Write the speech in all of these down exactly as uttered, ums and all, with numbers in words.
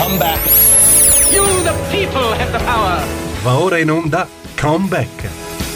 Comeback. You the people have the power. Va ora in onda Comeback.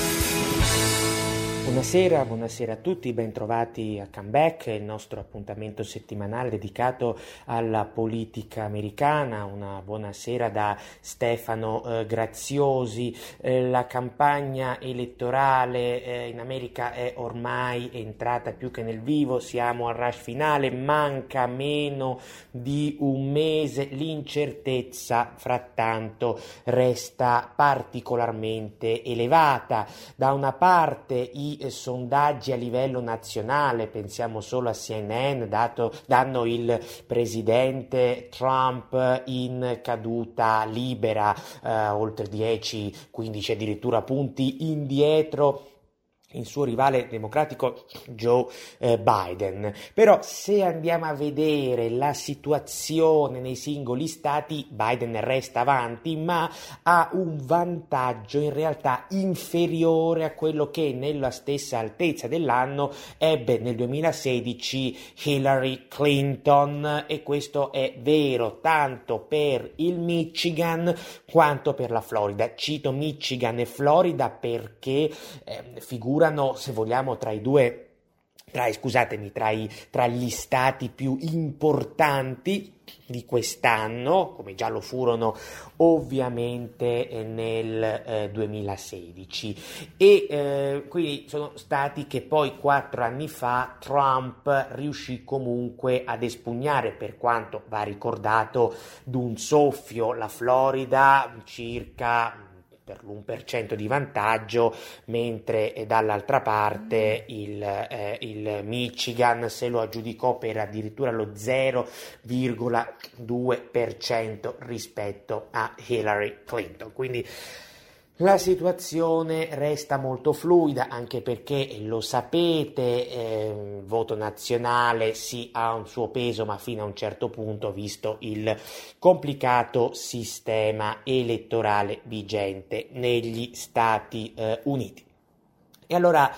Buonasera, buonasera a tutti, bentrovati a Comeback, il nostro appuntamento settimanale dedicato alla politica americana. Una buonasera da Stefano eh, Graziosi. Eh, la campagna elettorale eh, in America è ormai entrata più che nel vivo, siamo al rush finale, manca meno di un mese, l'incertezza frattanto resta particolarmente elevata. Da una parte i sondaggi a livello nazionale, pensiamo solo a C N N, dato, danno il presidente Trump in caduta libera, eh, oltre dieci quindici addirittura punti indietro il suo rivale democratico Joe eh, Biden. Però se andiamo a vedere la situazione nei singoli stati, Biden resta avanti, ma ha un vantaggio in realtà inferiore a quello che nella stessa altezza dell'anno ebbe nel duemilasedici Hillary Clinton, e questo è vero tanto per il Michigan quanto per la Florida. Cito Michigan e Florida perché eh, figurano, se vogliamo, tra i due Tra, scusatemi, tra, i, tra gli stati più importanti di quest'anno, come già lo furono ovviamente eh, nel eh, duemilasedici, e eh, quindi sono stati che poi quattro anni fa Trump riuscì comunque ad espugnare, per quanto va ricordato d'un soffio, la Florida circa per l'uno per cento di vantaggio, mentre eh, dall'altra parte il, eh, il Michigan se lo aggiudicò per addirittura lo zero virgola due per cento rispetto a Hillary Clinton. Quindi la situazione resta molto fluida, anche perché, lo sapete, eh, il voto nazionale sì ha un suo peso, ma fino a un certo punto, visto il complicato sistema elettorale vigente negli Stati eh, Uniti. E allora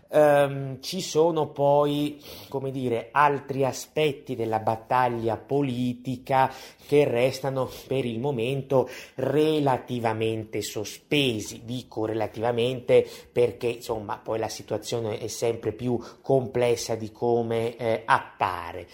Um, ci sono poi, come dire, altri aspetti della battaglia politica che restano per il momento relativamente sospesi. Dico relativamente perché insomma poi la situazione è sempre più complessa di come eh, appare.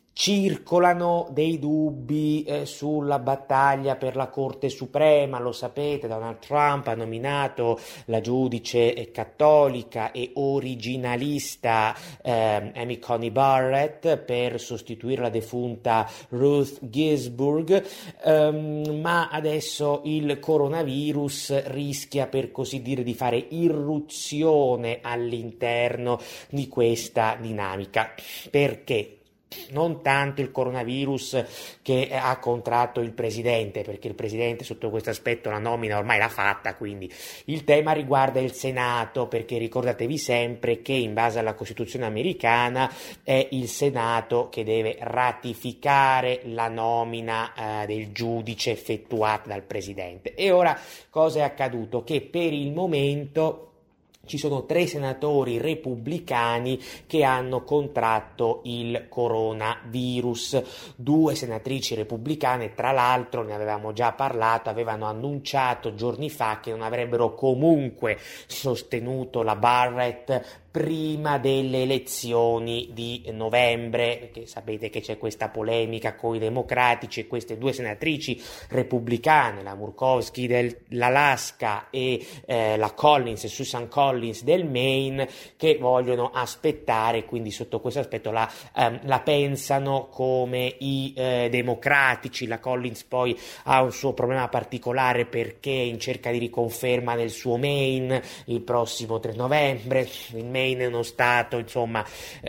Circolano dei dubbi eh, sulla battaglia per la Corte Suprema, lo sapete, Donald Trump ha nominato la giudice eh, cattolica e originalista eh, Amy Coney Barrett per sostituire la defunta Ruth Ginsburg, ehm, ma adesso il coronavirus rischia, per così dire, di fare irruzione all'interno di questa dinamica. Perché? Non tanto il coronavirus che ha contratto il presidente, perché il presidente sotto questo aspetto la nomina ormai l'ha fatta, quindi il tema riguarda il Senato, perché ricordatevi sempre che in base alla Costituzione americana è il Senato che deve ratificare la nomina eh, del giudice effettuata dal presidente. E ora cosa è accaduto? Che per il momento ci sono tre senatori repubblicani che hanno contratto il coronavirus. Due senatrici repubblicane, tra l'altro, ne avevamo già parlato, avevano annunciato giorni fa che non avrebbero comunque sostenuto la Barrett prima delle elezioni di novembre, perché sapete che c'è questa polemica con i democratici e queste due senatrici repubblicane, la Murkowski dell'Alaska e eh, la Collins, Susan Collins del Maine, che vogliono aspettare, quindi sotto questo aspetto la, ehm, la pensano come i eh, democratici. La Collins poi ha un suo problema particolare perché è in cerca di riconferma nel suo Maine il prossimo tre novembre. Il Maine è uno stato, insomma,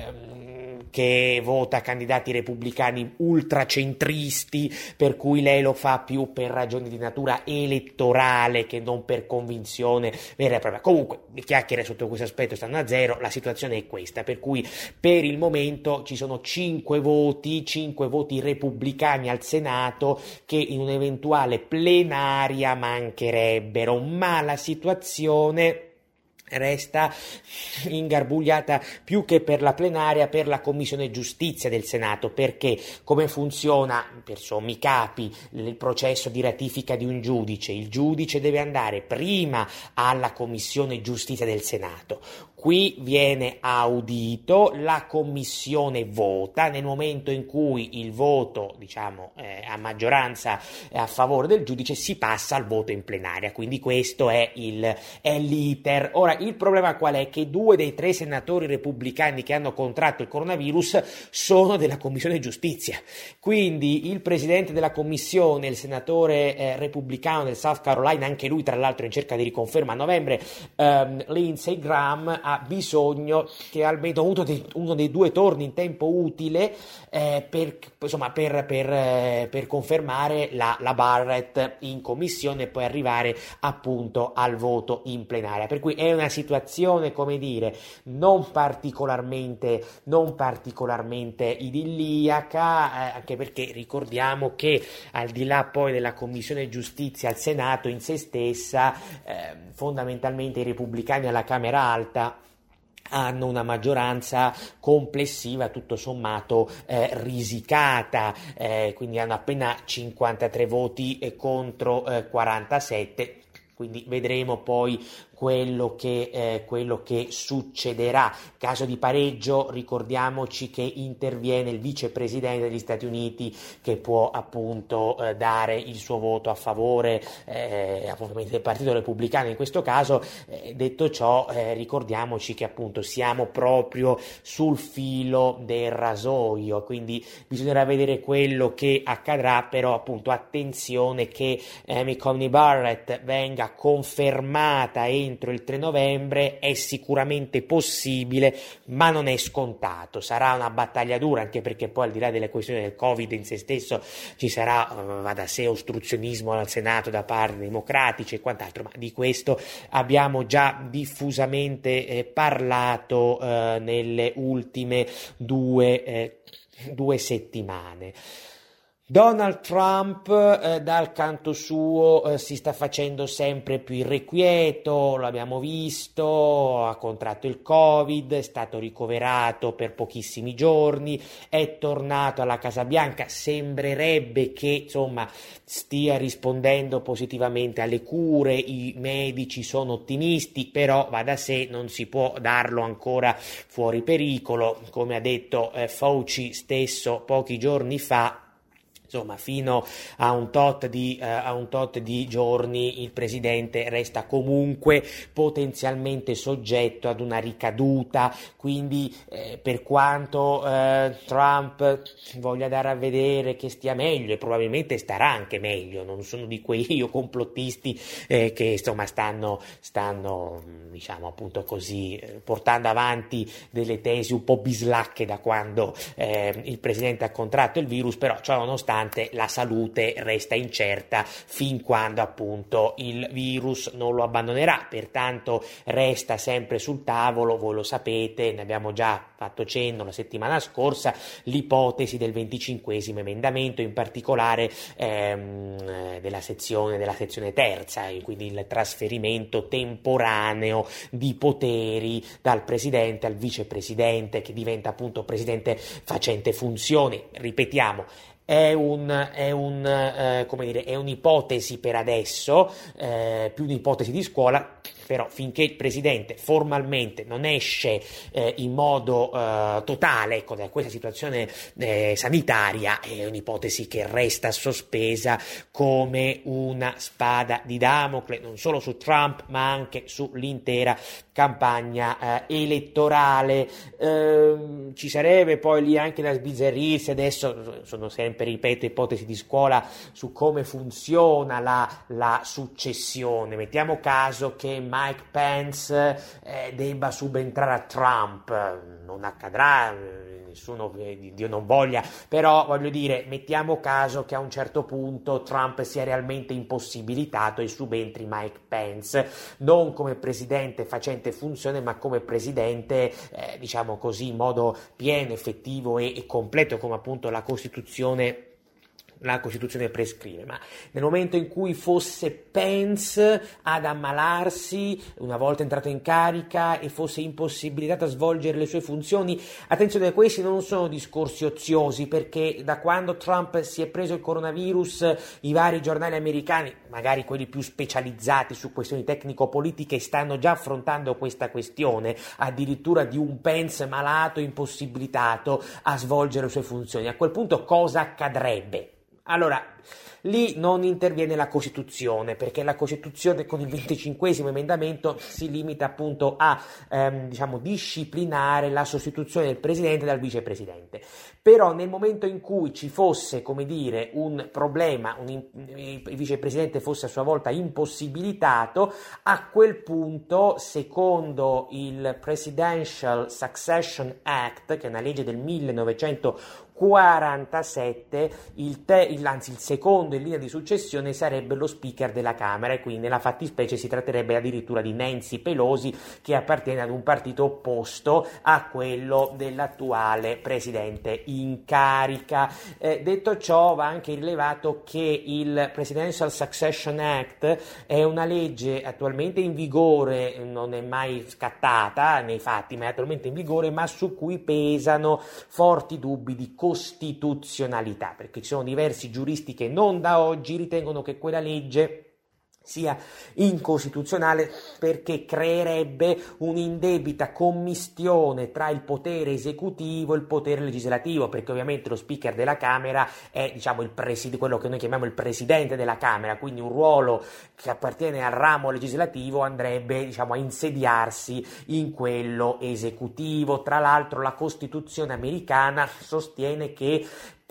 ehm, che vota candidati repubblicani ultracentristi, per cui lei lo fa più per ragioni di natura elettorale che non per convinzione vera e propria. Comunque, le chiacchiere sotto questo aspetto stanno a zero, la situazione è questa, per cui per il momento ci sono cinque voti, cinque voti repubblicani al Senato che in un'eventuale plenaria mancherebbero, ma la situazione resta ingarbugliata più che per la plenaria, per la Commissione Giustizia del Senato, perché come funziona per sommi capi il processo di ratifica di un giudice? Il giudice deve andare prima alla Commissione Giustizia del Senato, qui viene audito, la Commissione vota, nel momento in cui il voto, diciamo, eh, a maggioranza a favore del giudice, si passa al voto in plenaria, quindi questo è il è l'iter. Ora, il problema qual è? Che due dei tre senatori repubblicani che hanno contratto il coronavirus sono della Commissione Giustizia, quindi il presidente della commissione, il senatore eh, repubblicano del South Carolina, anche lui tra l'altro in cerca di riconferma a novembre, ehm, Lindsey Graham, ha bisogno che almeno uno dei, uno dei due torni in tempo utile eh, per, insomma, per, per, eh, per confermare la, la Barrett in commissione e poi arrivare appunto al voto in plenaria, per cui è una situazione, come dire, non particolarmente non particolarmente idilliaca, eh, anche perché ricordiamo che al di là poi della Commissione Giustizia al Senato in se stessa, eh, fondamentalmente i repubblicani alla Camera Alta hanno una maggioranza complessiva tutto sommato eh, risicata, eh, quindi hanno appena cinquantatré voti eh, contro eh, quarantasette, quindi vedremo poi quello che, eh, quello che succederà. Caso di pareggio, ricordiamoci che interviene il vicepresidente degli Stati Uniti, che può appunto eh, dare il suo voto a favore eh, ovviamente del Partito Repubblicano in questo caso. Eh, detto ciò, eh, ricordiamoci che appunto siamo proprio sul filo del rasoio, quindi bisognerà vedere quello che accadrà, però appunto attenzione che Amy Coney Barrett venga confermata e entro il tre novembre è sicuramente possibile, ma non è scontato. Sarà una battaglia dura, anche perché poi al di là delle questioni del Covid in se stesso ci sarà, va da sé, ostruzionismo al Senato da parte dei democratici e quant'altro, ma di questo abbiamo già diffusamente eh, parlato eh, nelle ultime due, eh, due settimane. Donald Trump eh, dal canto suo eh, si sta facendo sempre più irrequieto, l'abbiamo visto, ha contratto il Covid, è stato ricoverato per pochissimi giorni, è tornato alla Casa Bianca, sembrerebbe che insomma stia rispondendo positivamente alle cure, i medici sono ottimisti, però va da sé, non si può darlo ancora fuori pericolo, come ha detto eh, Fauci stesso pochi giorni fa. Insomma, fino a un tot di eh, a un tot di giorni il presidente resta comunque potenzialmente soggetto ad una ricaduta, quindi eh, per quanto eh, Trump voglia dare a vedere che stia meglio, e probabilmente starà anche meglio, non sono di quei io complottisti eh, che insomma stanno stanno diciamo appunto così eh, portando avanti delle tesi un po' bislacche da quando eh, il presidente ha contratto il virus, però ciò nonostante la salute resta incerta fin quando appunto il virus non lo abbandonerà, pertanto resta sempre sul tavolo, voi lo sapete, ne abbiamo già fatto cenno la settimana scorsa, l'ipotesi del venticinquesimo emendamento, in particolare ehm, della sezione della sezione terza, quindi il trasferimento temporaneo di poteri dal presidente al vicepresidente, che diventa appunto presidente facente funzioni. Ripetiamo, È, un, è, un, eh, come dire, è un'ipotesi per adesso, eh, più un'ipotesi di scuola, però finché il presidente formalmente non esce eh, in modo eh, totale ecco, da questa situazione eh, sanitaria, è un'ipotesi che resta sospesa come una spada di Damocle, non solo su Trump ma anche sull'intera campagna eh, elettorale. Eh, ci sarebbe poi lì anche da sbizzarrirsi, adesso sono sempre, ripeto, ipotesi di scuola su come funziona la, la successione. Mettiamo caso che Mike Pence eh, debba subentrare a Trump, non accadrà, nessuno, Dio non voglia, però voglio dire, mettiamo caso che a un certo punto Trump sia realmente impossibilitato e subentri Mike Pence, non come presidente facente funzione, ma come presidente, eh, diciamo così, in modo pieno, effettivo e, e completo, come appunto la Costituzione la Costituzione prescrive, ma nel momento in cui fosse Pence ad ammalarsi una volta entrato in carica e fosse impossibilitato a svolgere le sue funzioni, attenzione, questi non sono discorsi oziosi, perché da quando Trump si è preso il coronavirus i vari giornali americani, magari quelli più specializzati su questioni tecnico-politiche, stanno già affrontando questa questione, addirittura di un Pence malato, impossibilitato a svolgere le sue funzioni. A quel punto cosa accadrebbe? Allora, lì non interviene la Costituzione, perché la Costituzione con il venticinquesimo emendamento si limita appunto a ehm, diciamo disciplinare la sostituzione del Presidente dal Vicepresidente. Però nel momento in cui ci fosse, come dire, un problema, un, il Vicepresidente fosse a sua volta impossibilitato, a quel punto, secondo il Presidential Succession Act, che è una legge del millenovecentoquarantasette, il te, il, anzi il secondo in linea di successione sarebbe lo Speaker della Camera, e quindi nella fattispecie si tratterebbe addirittura di Nancy Pelosi, che appartiene ad un partito opposto a quello dell'attuale Presidente in carica. Eh, detto ciò, va anche rilevato che il Presidential Succession Act è una legge attualmente in vigore, non è mai scattata nei fatti, ma è attualmente in vigore, ma su cui pesano forti dubbi di costituzionalità, perché ci sono diversi giuristi che non da oggi ritengono che quella legge sia incostituzionale, perché creerebbe un'indebita commistione tra il potere esecutivo e il potere legislativo, perché ovviamente lo Speaker della Camera è, diciamo, il preside, quello che noi chiamiamo il Presidente della Camera, quindi un ruolo che appartiene al ramo legislativo andrebbe, diciamo, a insediarsi in quello esecutivo. Tra l'altro la Costituzione americana sostiene che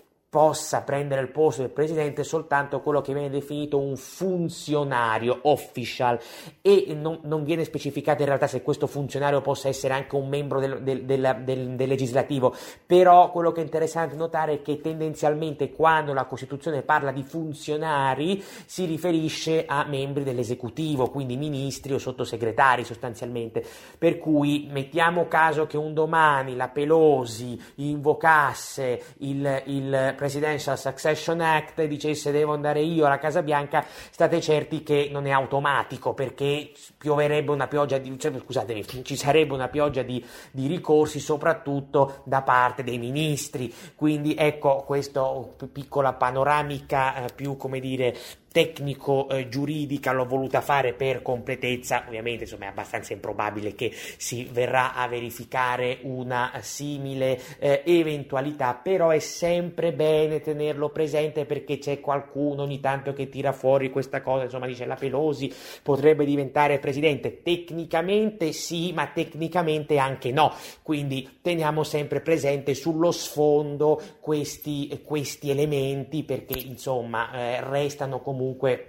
possa prendere il posto del presidente soltanto quello che viene definito un funzionario official, e non, non viene specificato in realtà se questo funzionario possa essere anche un membro del, del, del, del, del legislativo. Però quello che è interessante notare è che tendenzialmente quando la Costituzione parla di funzionari si riferisce a membri dell'esecutivo, quindi ministri o sottosegretari sostanzialmente, per cui mettiamo caso che un domani la Pelosi invocasse il, il Presidential Succession Act e dicesse devo andare io alla Casa Bianca, state certi che non è automatico, perché pioverebbe una pioggia di, cioè, scusatemi, ci sarebbe una pioggia di, di ricorsi, soprattutto da parte dei ministri. Quindi ecco, questa piccola panoramica eh, più, come dire, tecnico eh, giuridica l'ho voluta fare per completezza. Ovviamente insomma è abbastanza improbabile che si verrà a verificare una simile eh, eventualità, però è sempre bene tenerlo presente, perché c'è qualcuno ogni tanto che tira fuori questa cosa, insomma dice la Pelosi potrebbe diventare presidente. Tecnicamente sì, ma tecnicamente anche no, quindi teniamo sempre presente sullo sfondo questi, questi elementi, perché insomma eh, restano comunque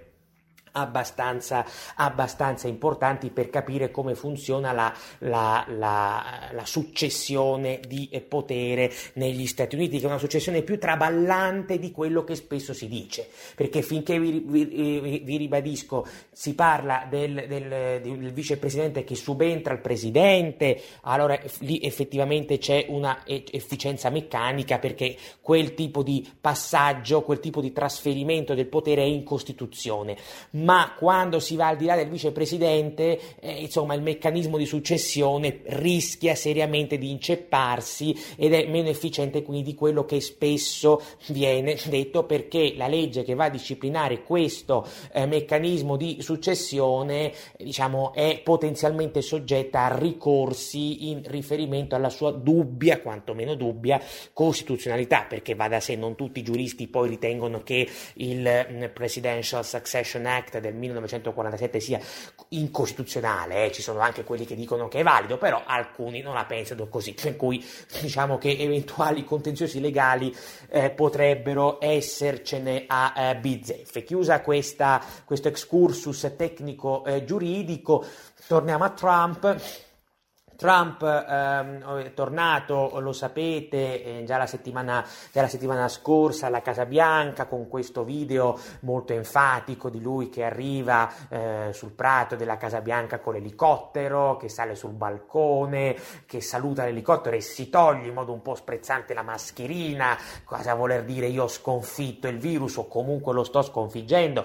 abbastanza, abbastanza importanti per capire come funziona la, la, la, la successione di potere negli Stati Uniti, che è una successione più traballante di quello che spesso si dice, perché finché vi, vi, vi ribadisco si parla del, del, del vicepresidente che subentra al presidente, allora lì effettivamente c'è una efficienza meccanica, perché quel tipo di passaggio, quel tipo di trasferimento del potere è in Costituzione. Ma quando si va al di là del vicepresidente, eh, insomma il meccanismo di successione rischia seriamente di incepparsi ed è meno efficiente quindi di quello che spesso viene detto, perché la legge che va a disciplinare questo eh, meccanismo di successione, diciamo, è potenzialmente soggetta a ricorsi in riferimento alla sua dubbia, quantomeno dubbia, costituzionalità, perché va da sé, non tutti i giuristi poi ritengono che il Presidential Succession Act del millenovecentoquarantasette sia incostituzionale, eh. Ci sono anche quelli che dicono che è valido, però alcuni non la pensano così, per cui diciamo che eventuali contenziosi legali eh, potrebbero essercene a eh, bizzeffe. Chiusa questa, questo excursus tecnico eh, giuridico, torniamo a Trump. Trump ehm, è tornato, lo sapete, eh, già, la settimana, già la settimana scorsa alla Casa Bianca con questo video molto enfatico di lui che arriva eh, sul prato della Casa Bianca con l'elicottero, che sale sul balcone, che saluta l'elicottero e si toglie in modo un po' sprezzante la mascherina, cosa voler dire io ho sconfitto il virus o comunque lo sto sconfiggendo.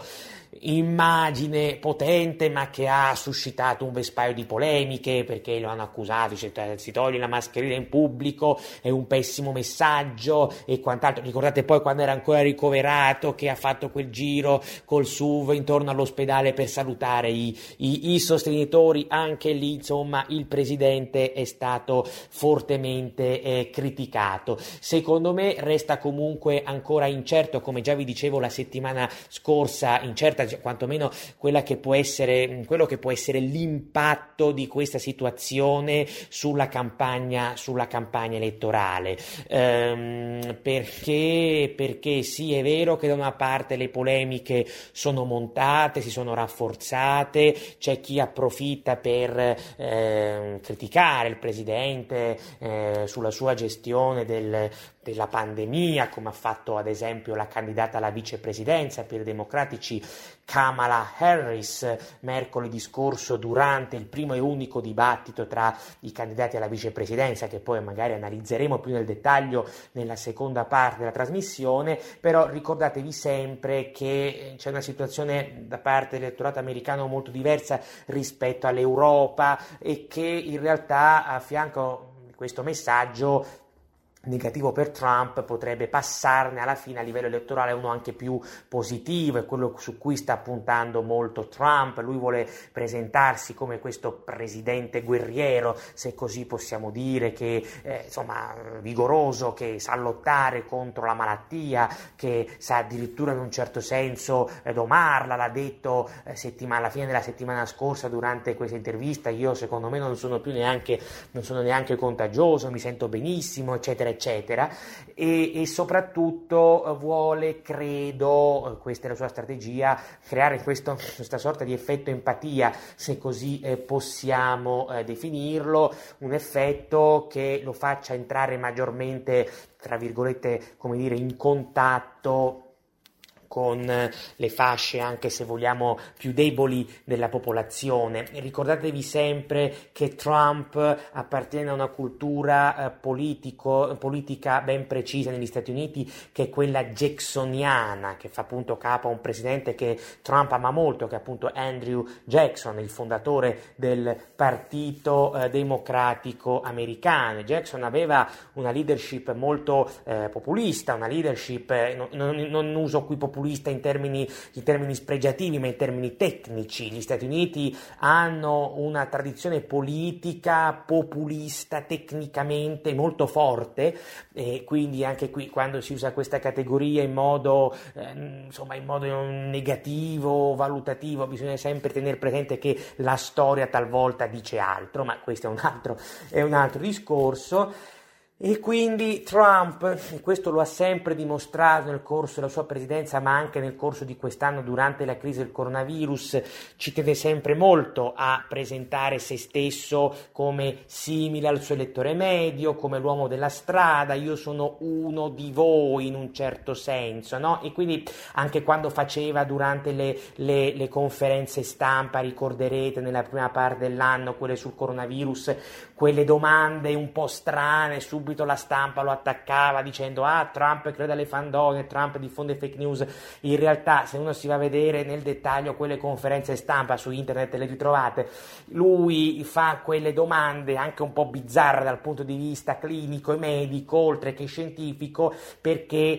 Immagine potente ma che ha suscitato un vespaio di polemiche perché lo hanno accusato, dice, si toglie la mascherina in pubblico, è un pessimo messaggio e quant'altro. Ricordate poi quando era ancora ricoverato che ha fatto quel giro col S U V intorno all'ospedale per salutare i, i, i sostenitori, anche lì insomma il presidente è stato fortemente eh, criticato. Secondo me resta comunque ancora incerto, come già vi dicevo la settimana scorsa, incerta quantomeno quella che può essere, quello che può essere l'impatto di questa situazione sulla campagna, sulla campagna elettorale, ehm, perché, perché sì è vero che da una parte le polemiche sono montate, si sono rafforzate, c'è chi approfitta per eh, criticare il presidente eh, sulla sua gestione del della pandemia, come ha fatto ad esempio la candidata alla vicepresidenza per i democratici Kamala Harris mercoledì scorso durante il primo e unico dibattito tra i candidati alla vicepresidenza, che poi magari analizzeremo più nel dettaglio nella seconda parte della trasmissione. Però ricordatevi sempre che c'è una situazione da parte dell'elettorato americano molto diversa rispetto all'Europa e che in realtà a fianco di questo messaggio negativo per Trump potrebbe passarne alla fine a livello elettorale uno anche più positivo, è quello su cui sta puntando molto Trump. Lui vuole presentarsi come questo presidente guerriero, se così possiamo dire, che eh, insomma vigoroso, che sa lottare contro la malattia, che sa addirittura in un certo senso eh, domarla. L'ha detto eh, settimana, alla fine della settimana scorsa durante questa intervista: io secondo me non sono più neanche non sono neanche contagioso, mi sento benissimo, eccetera eccetera, e, e soprattutto vuole, credo, questa è la sua strategia, creare questo, questa sorta di effetto empatia, se così eh, possiamo eh, definirlo, un effetto che lo faccia entrare maggiormente, tra virgolette, come dire, in contatto con le fasce, anche se vogliamo, più deboli della popolazione. Ricordatevi sempre che Trump appartiene a una cultura eh, politico, politica ben precisa negli Stati Uniti, che è quella jacksoniana, che fa appunto capo a un presidente che Trump ama molto, che è appunto Andrew Jackson, il fondatore del Partito eh, Democratico Americano. Jackson aveva una leadership molto eh, populista, una leadership, eh, non, non, non uso qui populista in termini, in termini spregiativi, ma in termini tecnici. Gli Stati Uniti hanno una tradizione politica populista tecnicamente molto forte, e quindi anche qui quando si usa questa categoria in modo eh, insomma in modo negativo, valutativo, bisogna sempre tenere presente che la storia talvolta dice altro, ma questo è un altro, è un altro discorso. E quindi Trump, e questo lo ha sempre dimostrato nel corso della sua presidenza, ma anche nel corso di quest'anno durante la crisi del coronavirus, ci tiene sempre molto a presentare se stesso come simile al suo elettore medio, come l'uomo della strada. Io sono uno di voi in un certo senso, no? E quindi anche quando faceva durante le, le, le conferenze stampa, ricorderete nella prima parte dell'anno, quelle sul coronavirus, quelle domande un po' strane, subito la stampa lo attaccava dicendo ah Trump crede alle fandonie, Trump diffonde fake news. In realtà, se uno si va a vedere nel dettaglio quelle conferenze stampa su internet, le ritrovate, lui fa quelle domande anche un po' bizzarre dal punto di vista clinico e medico oltre che scientifico, perché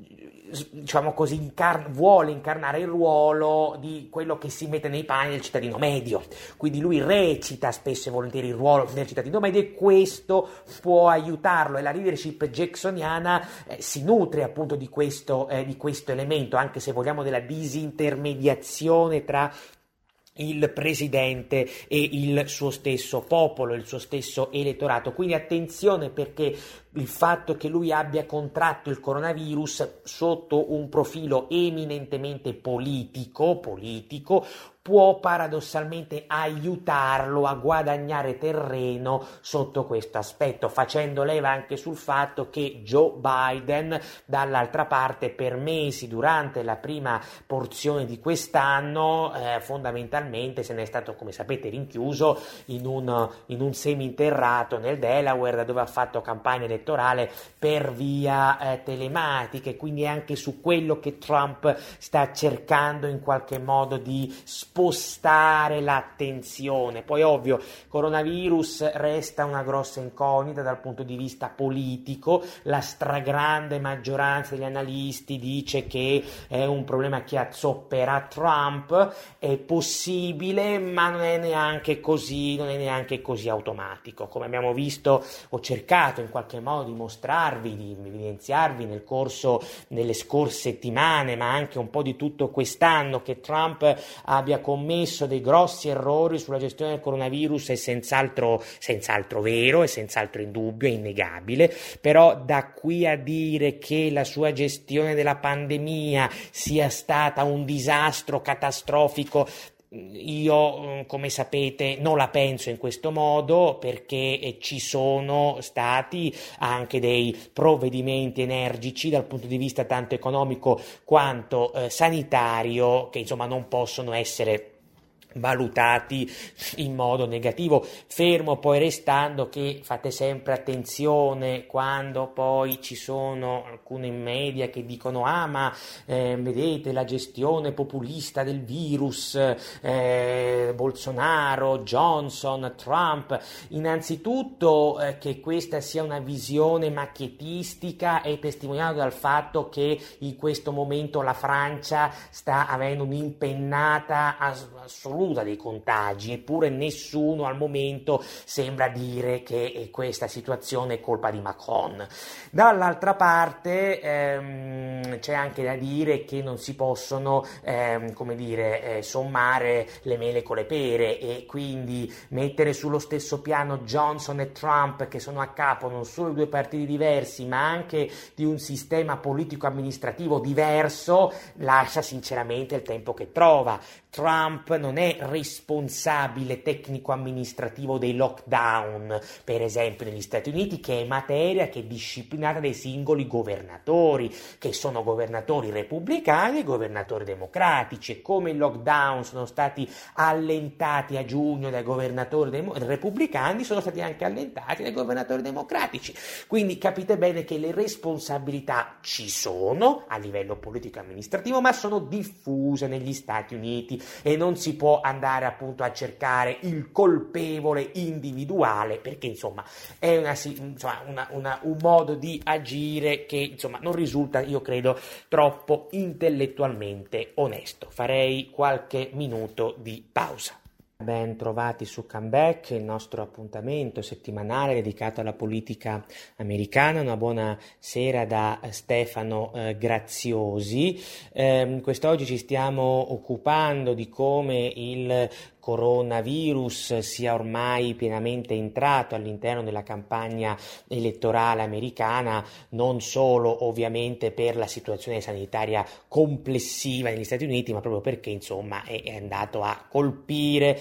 diciamo così incarna, vuole incarnare il ruolo di quello che si mette nei panni del cittadino medio. Quindi lui recita spesso e volentieri il ruolo del cittadino medio e questo può aiutarlo, e la leadership jacksoniana eh, si nutre appunto di questo, eh, di questo elemento, anche se vogliamo della disintermediazione tra il presidente e il suo stesso popolo, il suo stesso elettorato. Quindi attenzione, perché il fatto che lui abbia contratto il coronavirus sotto un profilo eminentemente politico, politico, può paradossalmente aiutarlo a guadagnare terreno sotto questo aspetto, facendo leva anche sul fatto che Joe Biden, dall'altra parte, per mesi durante la prima porzione di quest'anno, eh, fondamentalmente se n'è stato, come sapete, rinchiuso in un, in un seminterrato nel Delaware, dove ha fatto campagna elettorale per via eh, telematica, e quindi è anche su quello che Trump sta cercando in qualche modo di spostare l'attenzione. Poi ovvio, coronavirus resta una grossa incognita dal punto di vista politico, la stragrande maggioranza degli analisti dice che è un problema che azzopperà Trump, è possibile, ma non è neanche così, non è neanche così automatico. Come abbiamo visto, ho cercato in qualche modo di mostrarvi, di evidenziarvi nel corso delle scorse settimane, ma anche un po' di tutto quest'anno, che Trump abbia commesso dei grossi errori sulla gestione del coronavirus è senz'altro, senz'altro vero, è senz'altro indubbio, è innegabile, però da qui a dire che la sua gestione della pandemia sia stata un disastro catastrofico, io, come sapete, non la penso in questo modo, perché ci sono stati anche dei provvedimenti energici dal punto di vista tanto economico quanto eh, sanitario, che insomma non possono essere valutati in modo negativo, fermo poi restando che fate sempre attenzione quando poi ci sono alcuni media che dicono ah ma eh, vedete la gestione populista del virus, eh, Bolsonaro, Johnson, Trump. Innanzitutto eh, che questa sia una visione macchiettistica è testimoniato dal fatto che in questo momento la Francia sta avendo un'impennata as- assoluta dei contagi, eppure nessuno al momento sembra dire che questa situazione è colpa di Macron. Dall'altra parte ehm, c'è anche da dire che non si possono ehm, come dire eh, sommare le mele con le pere, e quindi mettere sullo stesso piano Johnson e Trump, che sono a capo non solo di due partiti diversi ma anche di un sistema politico amministrativo diverso, lascia sinceramente il tempo che trova. Trump non è responsabile tecnico-amministrativo dei lockdown, per esempio negli Stati Uniti, che è materia che è disciplinata dai singoli governatori, che sono governatori repubblicani e governatori democratici, e come i lockdown sono stati allentati a giugno dai governatori dem- repubblicani, sono stati anche allentati dai governatori democratici. Quindi capite bene che le responsabilità ci sono a livello politico-amministrativo, ma sono diffuse negli Stati Uniti, e non si può andare appunto a cercare il colpevole individuale, perché insomma è una, insomma, una, una, un modo di agire che insomma non risulta, io credo, troppo intellettualmente onesto. Farei qualche minuto di pausa. Ben trovati su Comeback, il nostro appuntamento settimanale dedicato alla politica americana. Una buona sera da Stefano eh, Graziosi. Eh, quest'oggi ci stiamo occupando di come il coronavirus sia ormai pienamente entrato all'interno della campagna elettorale americana, non solo ovviamente per la situazione sanitaria complessiva negli Stati Uniti, ma proprio perché insomma è, è andato a colpire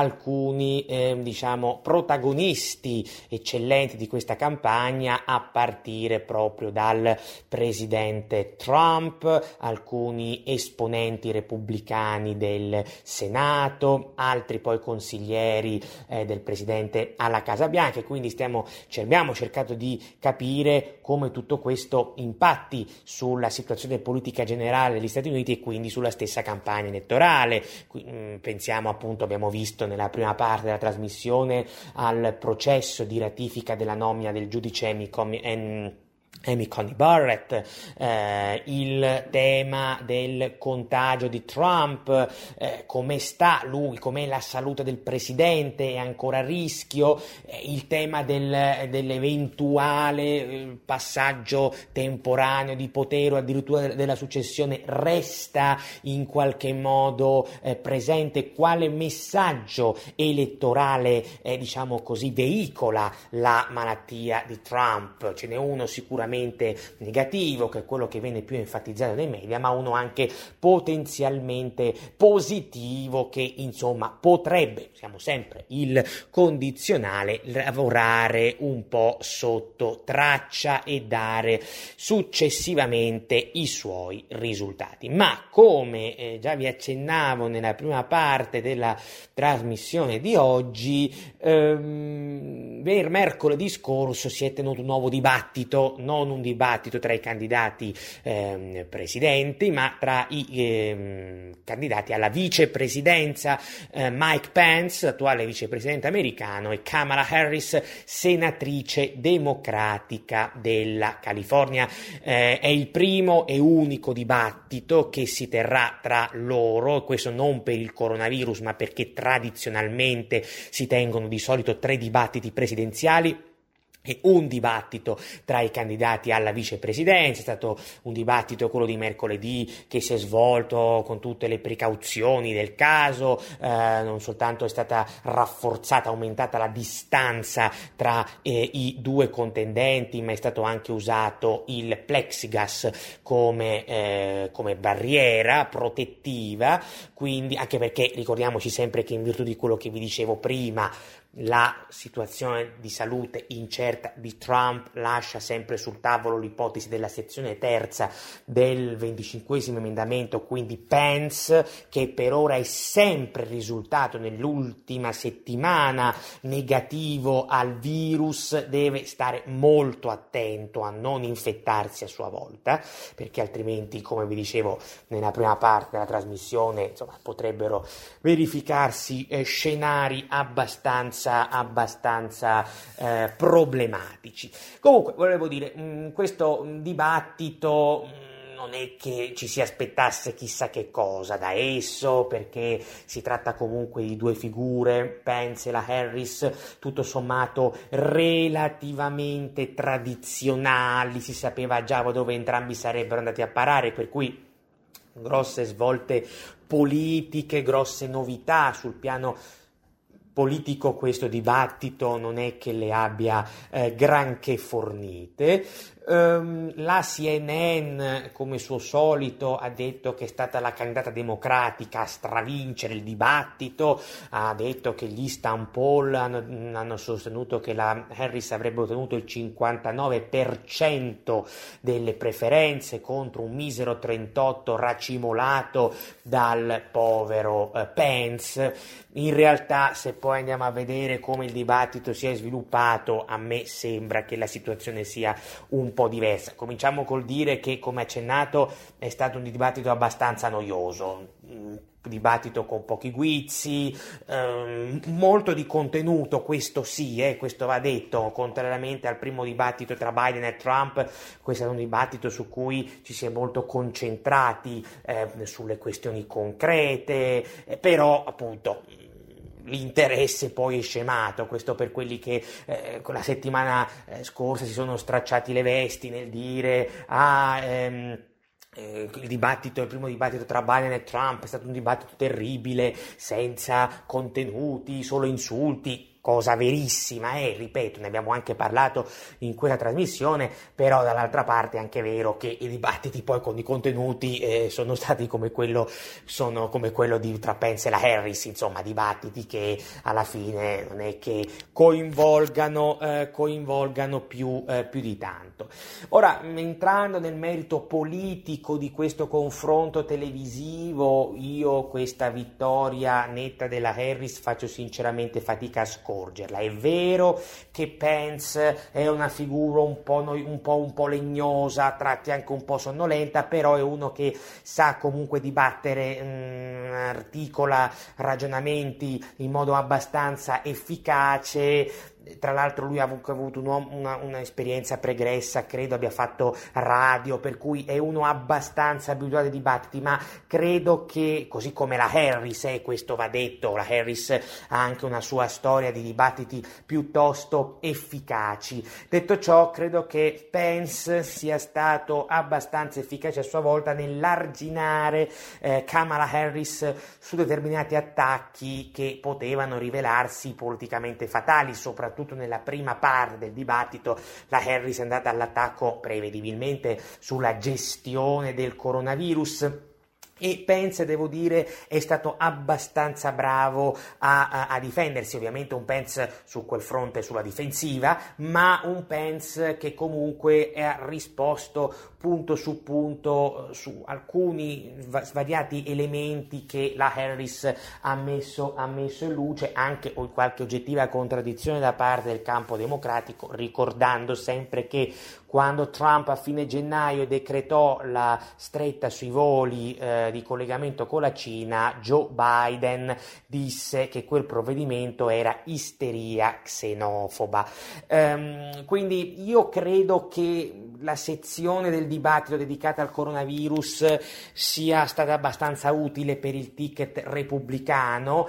alcuni eh, diciamo protagonisti eccellenti di questa campagna, a partire proprio dal presidente Trump, alcuni esponenti repubblicani del Senato, altri poi consiglieri eh, del presidente alla Casa Bianca, e quindi stiamo, cioè, abbiamo cercato di capire come tutto questo impatti sulla situazione politica generale degli Stati Uniti e quindi sulla stessa campagna elettorale. Qui, mh, pensiamo appunto, abbiamo visto nella prima parte della trasmissione, al processo di ratifica della nomina del giudice Amy Amy Coney Barrett, eh, il tema del contagio di Trump, eh, come sta lui, com'è la salute del presidente, è ancora a rischio, eh, il tema del, dell'eventuale eh, passaggio temporaneo di potere o addirittura della successione resta in qualche modo eh, presente, quale messaggio elettorale eh, diciamo così veicola la malattia di Trump. Ce n'è uno sicuramente negativo, che è quello che viene più enfatizzato nei media, ma uno anche potenzialmente positivo, che insomma potrebbe, siamo sempre il condizionale, lavorare un po' sotto traccia e dare successivamente i suoi risultati. Ma come eh, già vi accennavo nella prima parte della trasmissione di oggi, ehm, mercoledì scorso si è tenuto un nuovo dibattito, non un dibattito tra i candidati eh, presidenti, ma tra i eh, candidati alla vicepresidenza, eh, Mike Pence, attuale vicepresidente americano, e Kamala Harris, senatrice democratica della California. Eh, è il primo e unico dibattito che si terrà tra loro, questo non per il coronavirus, ma perché tradizionalmente si tengono di solito tre dibattiti presidenziali e un dibattito tra i candidati alla vicepresidenza. È stato un dibattito, quello di mercoledì, che si è svolto con tutte le precauzioni del caso, eh, non soltanto è stata rafforzata, aumentata la distanza tra eh, i due contendenti, ma è stato anche usato il plexiglass come, eh, come barriera protettiva, quindi anche perché ricordiamoci sempre che, in virtù di quello che vi dicevo prima, la situazione di salute incerta di Trump lascia sempre sul tavolo l'ipotesi della sezione terza del venticinquesimo emendamento, quindi Pence, che per ora è sempre risultato nell'ultima settimana negativo al virus, deve stare molto attento a non infettarsi a sua volta, perché altrimenti, come vi dicevo nella prima parte della trasmissione, insomma, potrebbero verificarsi eh, scenari abbastanza abbastanza eh, problematici. Comunque, volevo dire, mh, questo dibattito mh, non è che ci si aspettasse chissà che cosa da esso, perché si tratta comunque di due figure, Pence e la Harris, tutto sommato relativamente tradizionali, si sapeva già dove entrambi sarebbero andati a parare, per cui grosse svolte politiche, grosse novità sul piano politico questo dibattito non è che le abbia eh, granché fornite. Um, la C N N, come suo solito, ha detto che è stata la candidata democratica a stravincere il dibattito, ha detto che gli Stan Poll hanno, hanno sostenuto che la Harris avrebbe ottenuto il cinquantanove per cento delle preferenze contro un misero trentotto racimolato dal povero eh, Pence. In realtà, se poi andiamo a vedere come il dibattito si è sviluppato, a me sembra che la situazione sia un po' diversa. Cominciamo col dire che, come accennato, è stato un dibattito abbastanza noioso, un dibattito con pochi guizzi, ehm, molto di contenuto, questo sì, eh, questo va detto, contrariamente al primo dibattito tra Biden e Trump. Questo è stato un dibattito su cui ci si è molto concentrati eh, sulle questioni concrete, eh, però appunto l'interesse poi è scemato. Questo per quelli che eh, la settimana eh, scorsa si sono stracciati le vesti nel dire ah ehm, eh, il dibattito, il primo dibattito tra Biden e Trump è stato un dibattito terribile, senza contenuti, solo insulti. Cosa verissima, eh, ripeto, ne abbiamo anche parlato in questa trasmissione, però dall'altra parte è anche vero che i dibattiti poi con i contenuti eh, sono stati come quello, sono come quello di tra Pence e la Harris, insomma, dibattiti che alla fine non è che coinvolgano, eh, coinvolgano più, eh, più di tanto. Ora, entrando nel merito politico di questo confronto televisivo, io questa vittoria netta della Harris faccio sinceramente fatica a scoprire. È vero che Pence è una figura un po', no, un po', un po' legnosa, a tratti anche un po' sonnolenta, però è uno che sa comunque dibattere, mh, articola ragionamenti in modo abbastanza efficace, tra l'altro lui ha avuto una, un'esperienza pregressa, credo abbia fatto radio, per cui è uno abbastanza abituato ai dibattiti, ma credo che, così come la Harris, eh, questo va detto, la Harris ha anche una sua storia di dibattiti piuttosto efficaci. Detto ciò, credo che Pence sia stato abbastanza efficace a sua volta nell'arginare eh, Kamala Harris su determinati attacchi che potevano rivelarsi politicamente fatali, soprattutto nella prima parte del dibattito. La Harris è andata all'attacco prevedibilmente sulla gestione del coronavirus, e Pence, devo dire, è stato abbastanza bravo a, a, a difendersi. Ovviamente un Pence su quel fronte sulla difensiva, ma un Pence che comunque ha risposto punto su punto su alcuni svariati elementi che la Harris ha messo, ha messo in luce, anche o qualche oggettiva contraddizione da parte del campo democratico, ricordando sempre che quando Trump a fine gennaio decretò la stretta sui voli eh, di collegamento con la Cina, Joe Biden disse che quel provvedimento era isteria xenofoba. Um, quindi io credo che la sezione del dibattito dedicata al coronavirus sia stata abbastanza utile per il ticket repubblicano,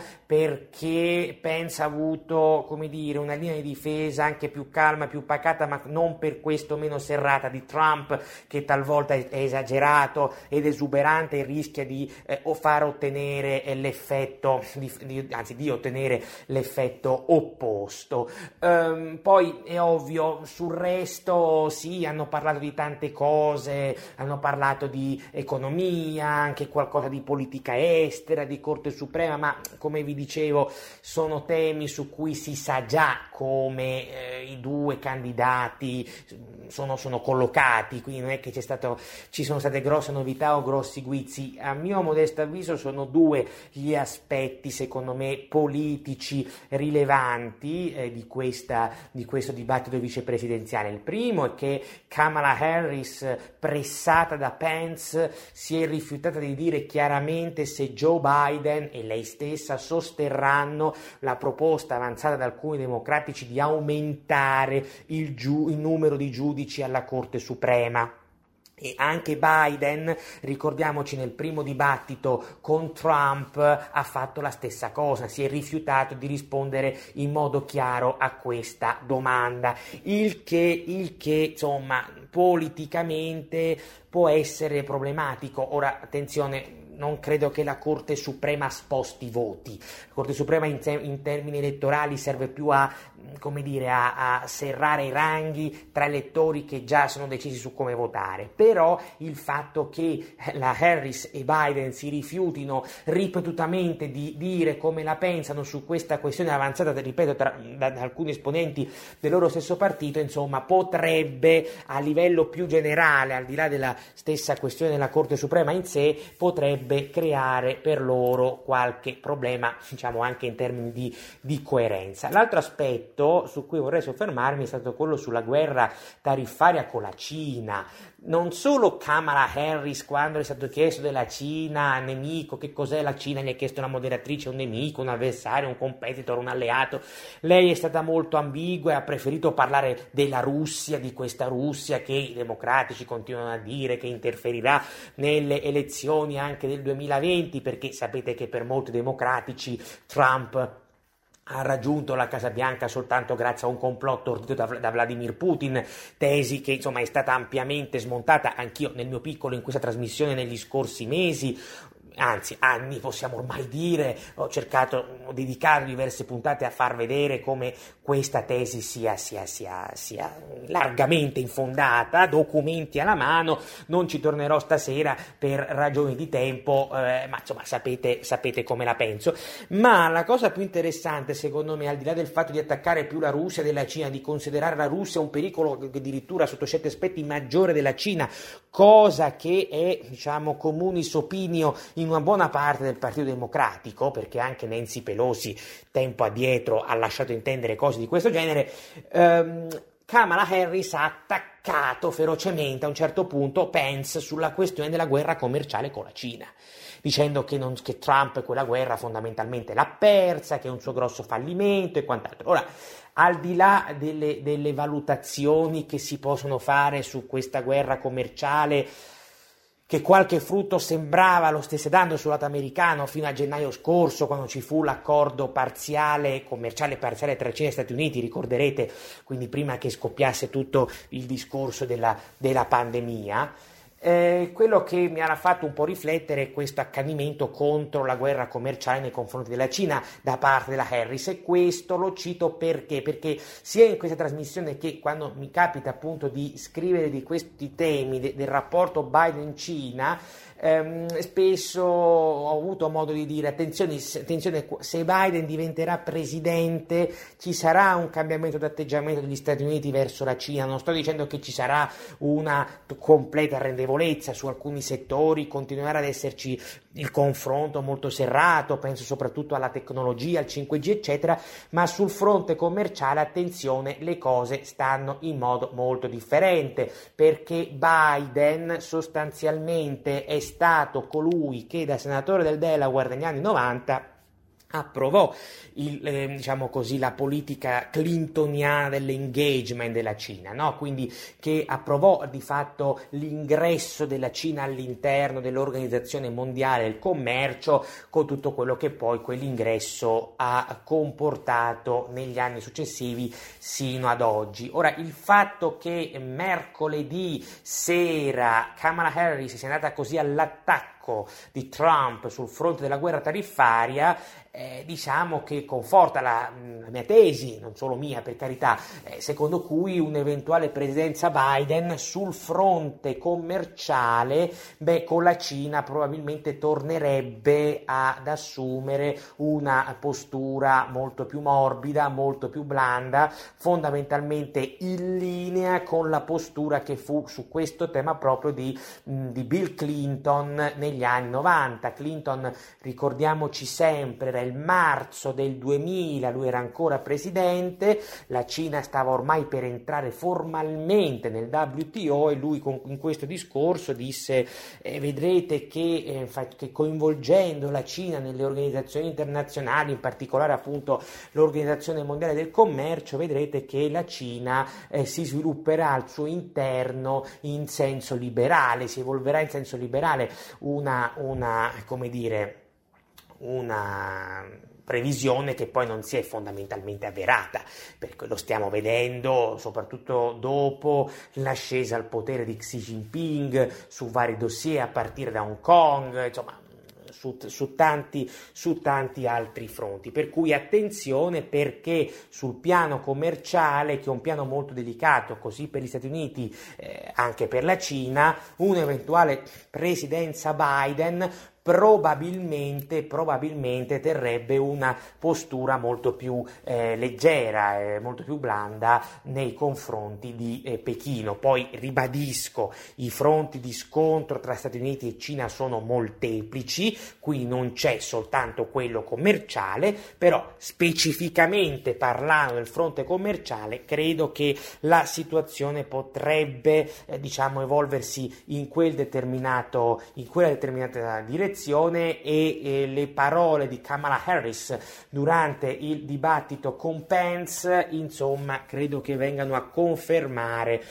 perché Pence ha avuto, come dire, una linea di difesa anche più calma, più pacata, ma non per questo meno serrata di Trump, che talvolta è esagerato ed esuberante e rischia di eh, o far ottenere eh, l'effetto, di, di, anzi di ottenere l'effetto opposto. Um, poi è ovvio, sul resto sì, hanno parlato di tante cose, hanno parlato di economia, anche qualcosa di politica estera, di Corte Suprema, ma come vi dicevo sono temi su cui si sa già come eh, i due candidati sono, sono collocati, quindi non è che c'è stato, ci sono state grosse novità o grossi guizzi. A mio modesto avviso sono due gli aspetti, secondo me, politici rilevanti eh, di, questa, di questo dibattito vicepresidenziale. Il primo è che Kamala Harris, pressata da Pence, si è rifiutata di dire chiaramente se Joe Biden e lei stessa sosterranno la proposta avanzata da alcuni democratici di aumentare il, giu- il numero di giudici alla Corte Suprema. E anche Biden, ricordiamoci, nel primo dibattito con Trump ha fatto la stessa cosa, si è rifiutato di rispondere in modo chiaro a questa domanda, il che, il che insomma politicamente può essere problematico. Ora attenzione, non credo che la Corte Suprema sposti voti. La Corte Suprema in, te- in termini elettorali serve più a, come dire, a, a serrare i ranghi tra elettori che già sono decisi su come votare. Però il fatto che la Harris e Biden si rifiutino ripetutamente di dire come la pensano su questa questione avanzata, ripeto, tra, da, da alcuni esponenti del loro stesso partito, insomma, potrebbe a livello più generale, al di là della stessa questione della Corte Suprema in sé, potrebbe creare per loro qualche problema, diciamo, anche in termini di, di coerenza. L'altro aspetto su cui vorrei soffermarmi è stato quello sulla guerra tariffaria con la Cina. Non solo Kamala Harris, quando è stato chiesto della Cina nemico, che cos'è la Cina, gli ha chiesto una moderatrice, un nemico, un avversario, un competitor, un alleato, lei è stata molto ambigua e ha preferito parlare della Russia, di questa Russia che i democratici continuano a dire che interferirà nelle elezioni anche del duemilaventi, perché sapete che per molti democratici Trump ha raggiunto la Casa Bianca soltanto grazie a un complotto ordito da, da Vladimir Putin, tesi che insomma è stata ampiamente smontata. Anch'io nel mio piccolo in questa trasmissione negli scorsi mesi, anzi anni possiamo ormai dire, ho cercato, ho dedicato diverse puntate a far vedere come questa tesi sia, sia, sia, sia largamente infondata, documenti alla mano. Non ci tornerò stasera per ragioni di tempo, eh, ma insomma sapete, sapete come la penso. Ma la cosa più interessante secondo me, al di là del fatto di attaccare più la Russia della Cina, di considerare la Russia un pericolo addirittura sotto certi aspetti maggiore della Cina, cosa che è, diciamo, comunis opinio in una buona parte del Partito Democratico, perché anche Nancy Pelosi tempo addietro ha lasciato intendere cose di questo genere, ehm, Kamala Harris ha attaccato ferocemente a un certo punto Pence sulla questione della guerra commerciale con la Cina, dicendo che, non, che Trump quella guerra fondamentalmente l'ha persa, che è un suo grosso fallimento e quant'altro. Ora, al di là delle, delle valutazioni che si possono fare su questa guerra commerciale, che qualche frutto sembrava lo stesse dando sul lato americano fino a gennaio scorso, quando ci fu l'accordo parziale, commerciale parziale tra Cina e Stati Uniti, ricorderete, quindi prima che scoppiasse tutto il discorso della, della pandemia. Eh, quello che mi ha fatto un po' riflettere è questo accanimento contro la guerra commerciale nei confronti della Cina da parte della Harris, e questo lo cito perché? Perché sia in questa trasmissione che quando mi capita appunto di scrivere di questi temi de- del rapporto Biden-Cina, ehm, spesso ho avuto modo di dire attenzione, attenzione, se Biden diventerà presidente ci sarà un cambiamento d'atteggiamento degli Stati Uniti verso la Cina. Non sto dicendo che ci sarà una completa rendevolezza su alcuni settori, continuerà ad esserci il confronto molto serrato, penso soprattutto alla tecnologia, al cinque G eccetera, ma sul fronte commerciale attenzione, le cose stanno in modo molto differente, perché Biden sostanzialmente è stato colui che da senatore del Delaware negli anni novanta approvò il, eh, diciamo così, la politica clintoniana dell'engagement della Cina, no? Quindi che approvò di fatto l'ingresso della Cina all'interno dell'Organizzazione Mondiale del Commercio, con tutto quello che poi quell'ingresso ha comportato negli anni successivi sino ad oggi. Ora, il fatto che mercoledì sera Kamala Harris sia andata così all'attacco di Trump sul fronte della guerra tariffaria, eh, diciamo che conforta la, la mia tesi, non solo mia per carità, eh, secondo cui un'eventuale presidenza Biden sul fronte commerciale, beh, con la Cina probabilmente tornerebbe ad assumere una postura molto più morbida, molto più blanda, fondamentalmente in linea con la postura che fu su questo tema proprio di, mh, di Bill Clinton negli anni novanta. Clinton, ricordiamoci sempre, era il marzo del duemila, lui era ancora presidente, la Cina stava ormai per entrare formalmente nel W T O e lui con, in questo discorso disse eh, vedrete che, eh, fa, che coinvolgendo la Cina nelle organizzazioni internazionali, in particolare appunto l'Organizzazione Mondiale del Commercio, vedrete che la Cina eh, si svilupperà al suo interno in senso liberale, si evolverà in senso liberale, una, una come dire, una previsione che poi non si è fondamentalmente avverata, perché lo stiamo vedendo soprattutto dopo l'ascesa al potere di Xi Jinping su vari dossier a partire da Hong Kong, insomma Su, su, tanti, su tanti altri fronti, per cui attenzione, perché sul piano commerciale, che è un piano molto delicato così per gli Stati Uniti eh, anche per la Cina, un'eventuale presidenza Biden probabilmente, probabilmente terrebbe una postura molto più eh, leggera, eh, molto più blanda nei confronti di eh, Pechino. Poi ribadisco, i fronti di scontro tra Stati Uniti e Cina sono molteplici, qui non c'è soltanto quello commerciale, però specificamente parlando del fronte commerciale credo che la situazione potrebbe eh, diciamo evolversi in quel determinato in quella determinata direzione, e eh, le parole di Kamala Harris durante il dibattito con Pence, insomma, credo che vengano a confermare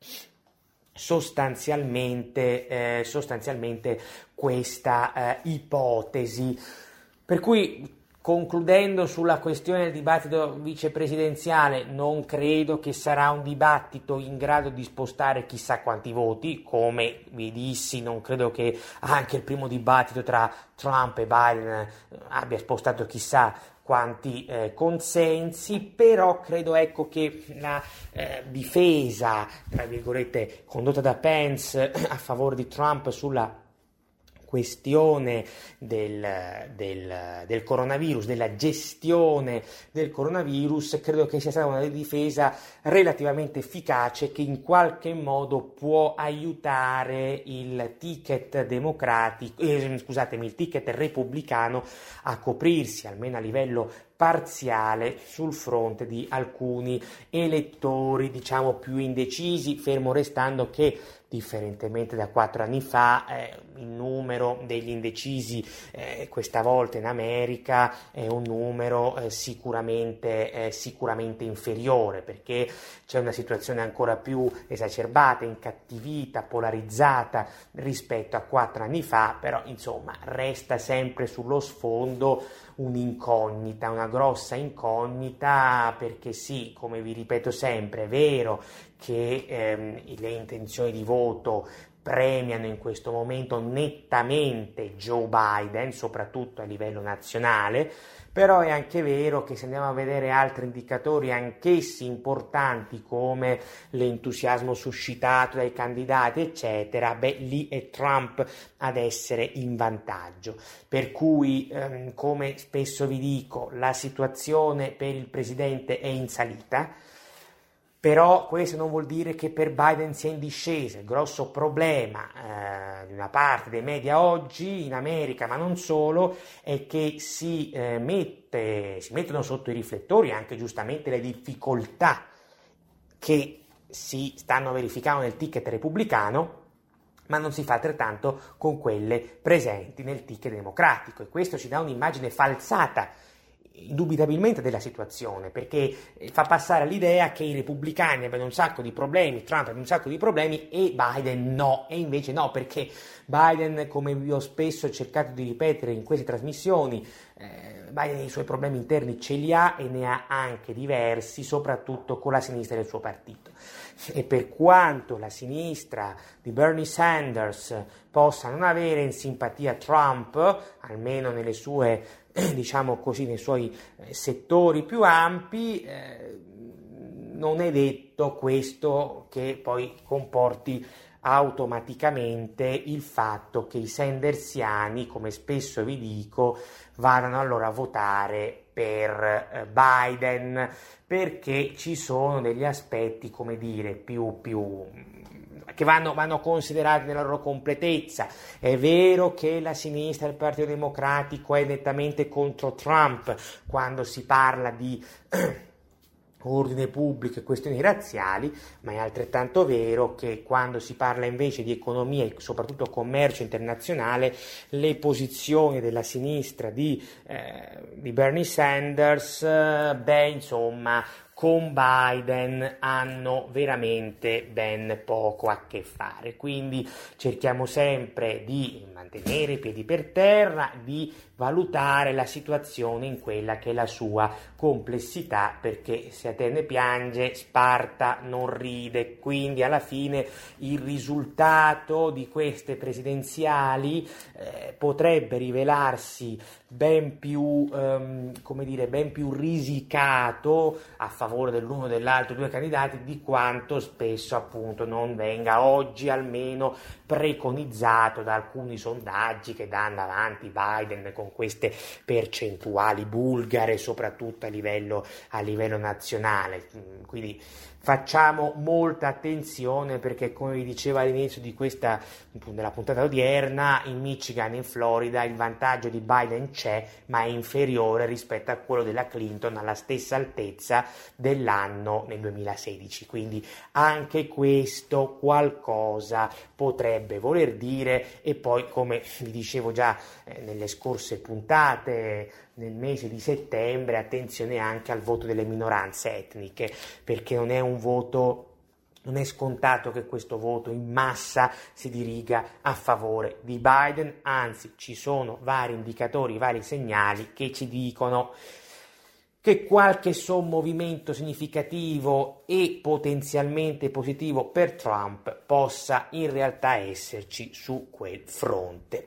sostanzialmente, eh, sostanzialmente questa eh, ipotesi. Per cui, concludendo sulla questione del dibattito vicepresidenziale, non credo che sarà un dibattito in grado di spostare chissà quanti voti, come vi dissi, non credo che anche il primo dibattito tra Trump e Biden abbia spostato chissà quanti eh, consensi, però credo ecco che la eh, difesa, tra virgolette, condotta da Pence a favore di Trump sulla questione del, del, del coronavirus, della gestione del coronavirus, credo che sia stata una difesa relativamente efficace che in qualche modo può aiutare il ticket democratico, eh, scusatemi, il ticket repubblicano a coprirsi, almeno a livello parziale, sul fronte di alcuni elettori, diciamo, più indecisi, fermo restando che differentemente da quattro anni fa, eh, il numero degli indecisi eh, questa volta in America è un numero eh, sicuramente, eh, sicuramente inferiore, perché c'è una situazione ancora più esacerbata, incattivita, polarizzata rispetto a quattro anni fa, però insomma resta sempre sullo sfondo un'incognita, una grossa incognita, perché sì, come vi ripeto sempre, è vero che ehm, le intenzioni di voto premiano in questo momento nettamente Joe Biden, soprattutto a livello nazionale, però è anche vero che se andiamo a vedere altri indicatori anch'essi importanti come l'entusiasmo suscitato dai candidati eccetera, beh lì è Trump ad essere in vantaggio, per cui ehm, come spesso vi dico la situazione per il presidente è in salita. Però questo non vuol dire che per Biden sia in discesa. Il grosso problema eh, di una parte dei media oggi in America, ma non solo, è che si, eh, mette, si mettono sotto i riflettori anche giustamente le difficoltà che si stanno verificando nel ticket repubblicano, ma non si fa altrettanto con quelle presenti nel ticket democratico, e questo ci dà un'immagine falsata indubitabilmente della situazione, perché fa passare l'idea che i repubblicani abbiano un sacco di problemi, Trump abbia un sacco di problemi e Biden no, e invece no, perché Biden, come vi ho spesso cercato di ripetere in queste trasmissioni, eh, Biden i suoi problemi interni ce li ha e ne ha anche diversi, soprattutto con la sinistra del suo partito. E per quanto la sinistra di Bernie Sanders possa non avere in simpatia Trump, almeno nelle sue diciamo così, nei suoi eh, settori più ampi, eh, non è detto questo che poi comporti automaticamente il fatto che i sandersiani, come spesso vi dico, vadano allora a votare per eh, Biden, perché ci sono degli aspetti, come dire, più più che vanno, vanno considerati nella loro completezza. È vero che la sinistra del Partito Democratico è nettamente contro Trump quando si parla di ordine pubblico e questioni razziali, ma è altrettanto vero che quando si parla invece di economia e soprattutto commercio internazionale, le posizioni della sinistra di, eh, di Bernie Sanders, eh, beh insomma, con Biden hanno veramente ben poco a che fare. Quindi cerchiamo sempre di mantenere i piedi per terra, di valutare la situazione in quella che è la sua complessità, perché se Atene piange, Sparta non ride. Quindi alla fine il risultato di queste presidenziali eh, potrebbe rivelarsi ben più, ehm, come dire, ben più risicato a favore dell'uno o dell'altro due candidati di quanto spesso appunto non venga oggi almeno preconizzato da alcuni sondaggi che danno avanti Biden con queste percentuali bulgare, soprattutto a livello, a livello nazionale. Quindi facciamo molta attenzione, perché come vi dicevo all'inizio di questa della puntata odierna, in Michigan e in Florida il vantaggio di Biden c'è, ma è inferiore rispetto a quello della Clinton alla stessa altezza dell'anno nel duemilasedici. Quindi anche questo qualcosa potrebbe voler dire. E poi, come vi dicevo già eh, nelle scorse puntate, nel mese di settembre attenzione anche al voto delle minoranze etniche, perché non è un voto, non è scontato che questo voto in massa si diriga a favore di Biden, anzi ci sono vari indicatori, vari segnali che ci dicono che qualche sommovimento significativo e potenzialmente positivo per Trump possa in realtà esserci su quel fronte.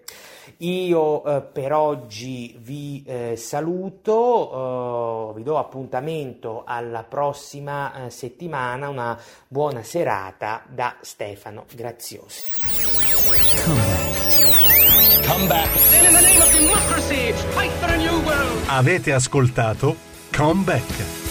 Io eh, per oggi vi eh, saluto, eh, vi do appuntamento alla prossima eh, settimana, una buona serata da Stefano Graziosi. Come back. In the name of democracy, fight for a new world. Avete ascoltato Come Back.